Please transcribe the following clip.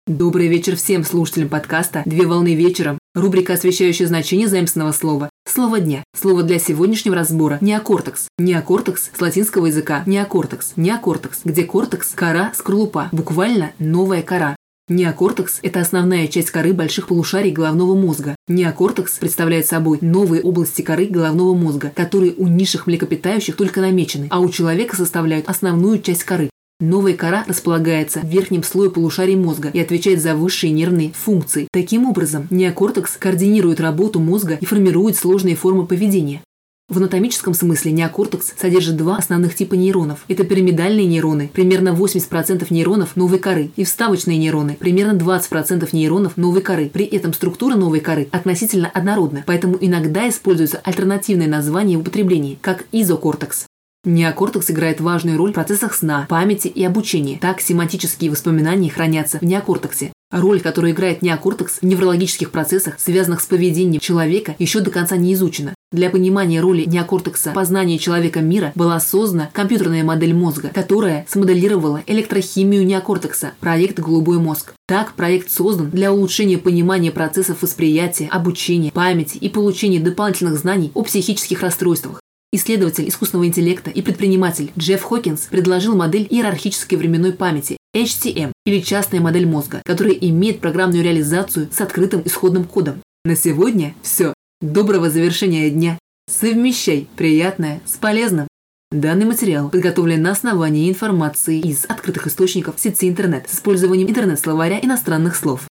Добрый вечер всем слушателям подкаста «Две волны вечером». Рубрика, освещающая значение заимственного слова. Слово дня. Слово для сегодняшнего разбора – неокортекс. Неокортекс с латинского языка неокортекс. Неокортекс, где кортекс – кора, скорлупа. Буквально новая кора. Неокортекс – это основная часть коры больших полушарий головного мозга. Неокортекс представляет собой новые области коры головного мозга, которые у низших млекопитающих только намечены, а у человека составляют основную часть коры. Новая кора располагается в верхнем слое полушарий мозга и отвечает за высшие нервные функции. Таким образом, неокортекс координирует работу мозга и формирует сложные формы поведения. В анатомическом смысле неокортекс содержит два основных типа нейронов. Это пирамидальные нейроны, примерно 80% нейронов новой коры, и вставочные нейроны, примерно 20% нейронов новой коры. При этом структура новой коры относительно однородна, поэтому иногда используется альтернативное название в употреблении, как изокортекс. Неокортекс играет важную роль в процессах сна, памяти и обучения. Так, семантические воспоминания хранятся в неокортексе. Роль, которую играет неокортекс в неврологических процессах, связанных с поведением человека, еще до конца не изучена. Для понимания роли неокортекса в познании человека мира была создана компьютерная модель мозга, которая смоделировала электрохимию неокортекса, проект «Голубой мозг». Так, проект создан для улучшения понимания процессов восприятия, обучения, памяти и получения дополнительных знаний о психических расстройствах. Исследователь искусственного интеллекта и предприниматель Джефф Хокинс предложил модель иерархической временной памяти HTM, или частная модель мозга, которая имеет программную реализацию с открытым исходным кодом. На сегодня все. Доброго завершения дня. Совмещай приятное с полезным. Данный материал подготовлен на основании информации из открытых источников сети интернет с использованием интернет-словаря иностранных слов.